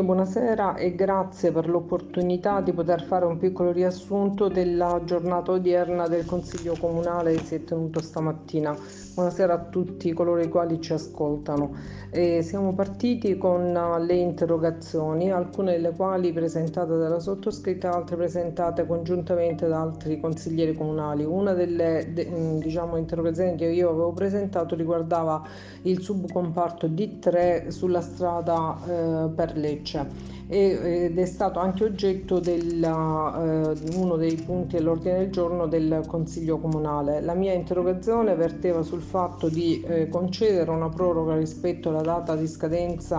buonasera e grazie per l'opportunità di poter fare un piccolo riassunto della giornata odierna del Consiglio Comunale che si è tenuto stamattina. Buonasera a tutti coloro i quali ci ascoltano. Siamo partiti con le interrogazioni, alcune delle quali presentate dalla sottoscritta, altre presentate congiuntamente da altri consiglieri comunali. Una delle interrogazioni che io avevo presentato riguardava il subcomparto D3 sulla strada per Lecce ed è stato anche oggetto di uno dei punti all'ordine del giorno del Consiglio Comunale. La mia interrogazione verteva sul fatto di concedere una proroga rispetto alla data di scadenza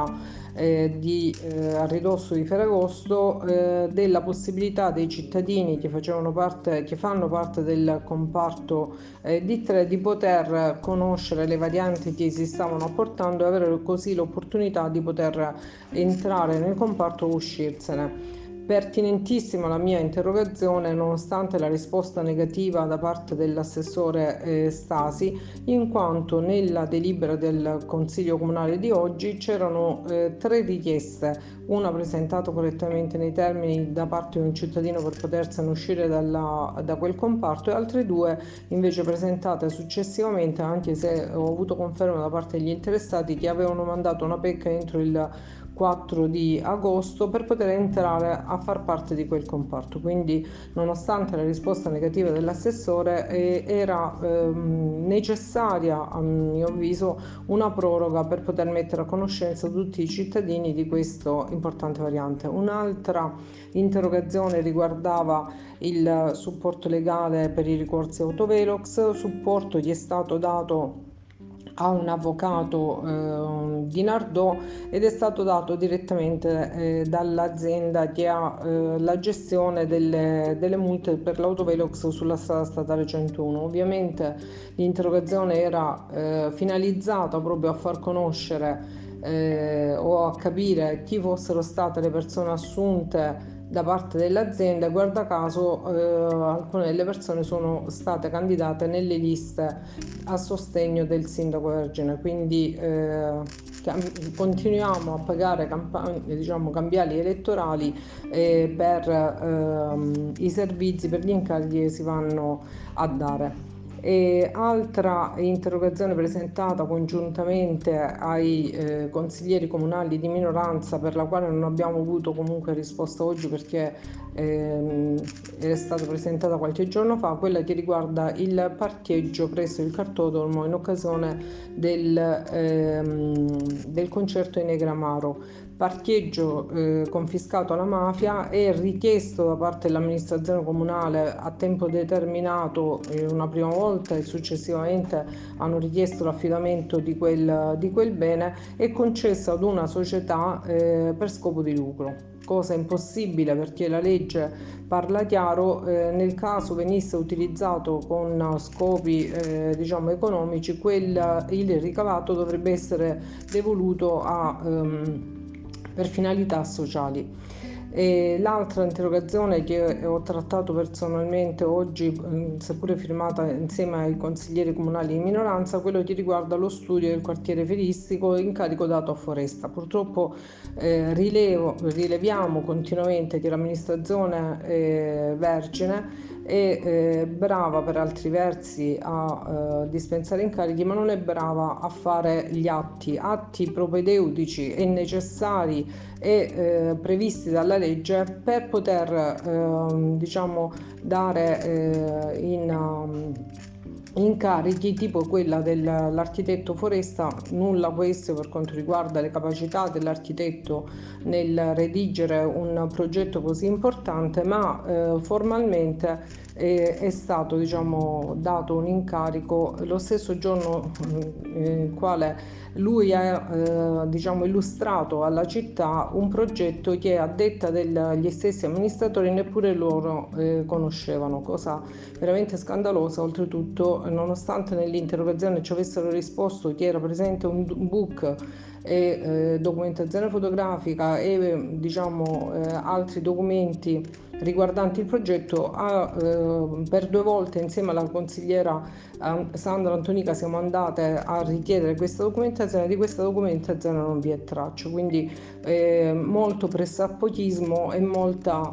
a ridosso di Ferragosto della possibilità dei cittadini che fanno parte del comparto D3 di poter conoscere le varianti che si stavano apportando e avere così l'opportunità di poter entrare nel comparto o uscirsene. Pertinentissima la mia interrogazione nonostante la risposta negativa da parte dell'assessore Stasi, in quanto nella delibera del Consiglio Comunale di oggi c'erano tre richieste, una presentata correttamente nei termini da parte di un cittadino per potersene uscire da quel comparto e altre due invece presentate successivamente, anche se ho avuto conferma da parte degli interessati che avevano mandato una PEC entro il 4 di agosto per poter entrare a far parte di quel comparto. Quindi, nonostante la risposta negativa dell'assessore, era necessaria, a mio avviso, una proroga per poter mettere a conoscenza tutti i cittadini di questa importante variante. Un'altra interrogazione riguardava il supporto legale per i ricorsi autovelox, supporto gli è stato dato a un avvocato di Nardò ed è stato dato direttamente dall'azienda che ha la gestione delle multe per l'autovelox sulla strada statale 101. Ovviamente l'interrogazione era finalizzata proprio a far conoscere o a capire chi fossero state le persone assunte da parte dell'azienda. Guarda caso alcune delle persone sono state candidate nelle liste a sostegno del sindaco Vergine, quindi continuiamo a pagare cambiali elettorali per i servizi, per gli incarichi che si vanno a dare. E altra interrogazione presentata congiuntamente ai consiglieri comunali di minoranza, per la quale non abbiamo avuto comunque risposta oggi perché è stata presentata qualche giorno fa, quella che riguarda il parcheggio presso il cartodromo in occasione del concerto in Negramaro. Parcheggio confiscato alla mafia e richiesto da parte dell'amministrazione comunale a tempo determinato una prima volta e successivamente hanno richiesto l'affidamento di quel bene e concesso ad una società per scopo di lucro, cosa impossibile perché la legge parla chiaro. Nel caso venisse utilizzato con scopi economici, il ricavato dovrebbe essere devoluto per finalità sociali. E l'altra interrogazione che ho trattato personalmente oggi, seppure firmata insieme ai consiglieri comunali di minoranza, quello che riguarda lo studio del quartiere feristico, incarico dato a Foresta. Purtroppo rileviamo continuamente che l'amministrazione Vergine è brava per altri versi a dispensare incarichi, ma non è brava a fare gli atti propedeutici e necessari e previsti dalla legge per poter dare incarichi tipo quella dell'architetto Foresta. Nulla questo per quanto riguarda le capacità dell'architetto nel redigere un progetto così importante, ma formalmente è stato dato un incarico lo stesso giorno in quale lui ha illustrato alla città un progetto che a detta degli stessi amministratori neppure loro conoscevano, cosa veramente scandalosa. Oltretutto, nonostante nell'interrogazione ci avessero risposto che era presente un book e documentazione fotografica e altri documenti riguardanti il progetto. Per 2 volte insieme alla consigliera Sandra Antonica siamo andate a richiedere questa documentazione. Di questa documentazione non vi è traccia, quindi molto pressappochismo e molta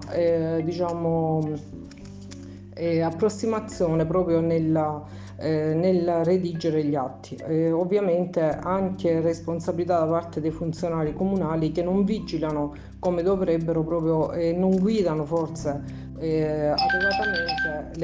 approssimazione proprio nel redigere gli atti. Ovviamente anche responsabilità da parte dei funzionari comunali che non vigilano come dovrebbero, proprio non guidano forse adeguatamente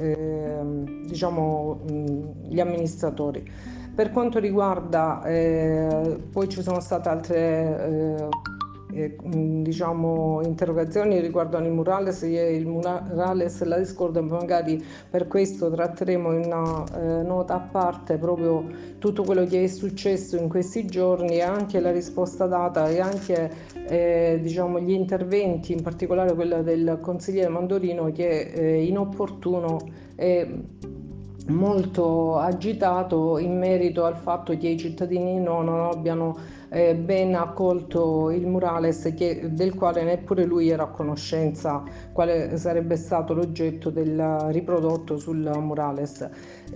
gli amministratori. Per quanto riguarda, poi ci sono state altre interrogazioni riguardo ai murales. Il murales la discordia, magari per questo tratteremo in una nota a parte proprio tutto quello che è successo in questi giorni e anche la risposta data e anche gli interventi, in particolare quello del consigliere Mandolino, che è inopportuno e molto agitato in merito al fatto che i cittadini non abbiano ben accolto il murales, del quale neppure lui era a conoscenza quale sarebbe stato l'oggetto del riprodotto sul murales.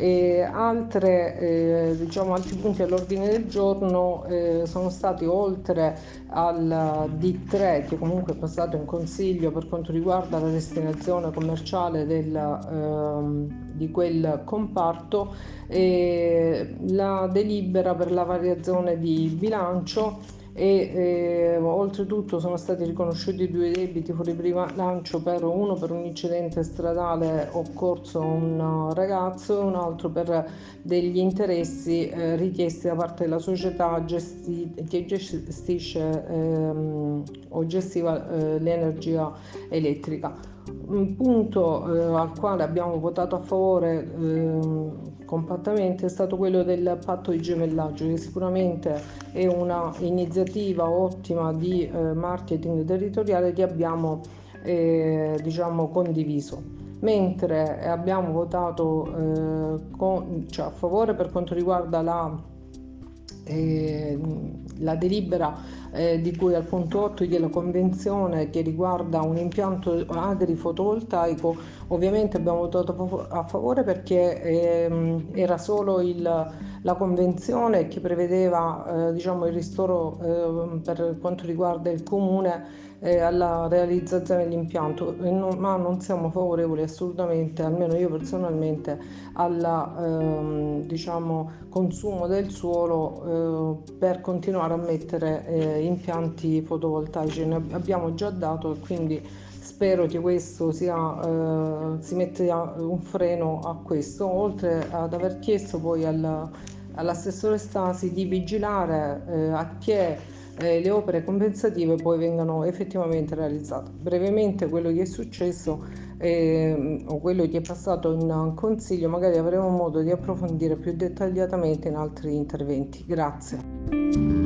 Altri punti all'ordine del giorno sono stati, oltre al D3 che comunque è passato in consiglio per quanto riguarda la destinazione commerciale di quel comparto, la delibera per la variazione di bilancio e oltretutto sono stati riconosciuti 2 debiti fuori bilancio, uno per un incidente stradale occorso a un ragazzo e un altro per degli interessi richiesti da parte della società che gestisce o gestiva l'energia elettrica. Un punto al quale abbiamo votato a favore compattamente è stato quello del patto di gemellaggio, che sicuramente è una iniziativa ottima di marketing territoriale che abbiamo condiviso. Mentre abbiamo votato a favore per quanto riguarda la delibera di cui al punto 8 della convenzione che riguarda un impianto agrifotovoltaico, ovviamente abbiamo votato a favore perché era solo la convenzione che prevedeva il ristoro per quanto riguarda il comune alla realizzazione dell'impianto, ma non siamo favorevoli assolutamente, almeno io personalmente, al consumo del suolo per continuare a mettere impianti fotovoltaici. Ne abbiamo già dato e quindi spero che questo si metta un freno a questo, oltre ad aver chiesto poi all'assessore Stasi di vigilare a che le opere compensative poi vengano effettivamente realizzate. Brevemente quello che è successo o quello che è passato in consiglio, magari avremo modo di approfondire più dettagliatamente in altri interventi. Grazie.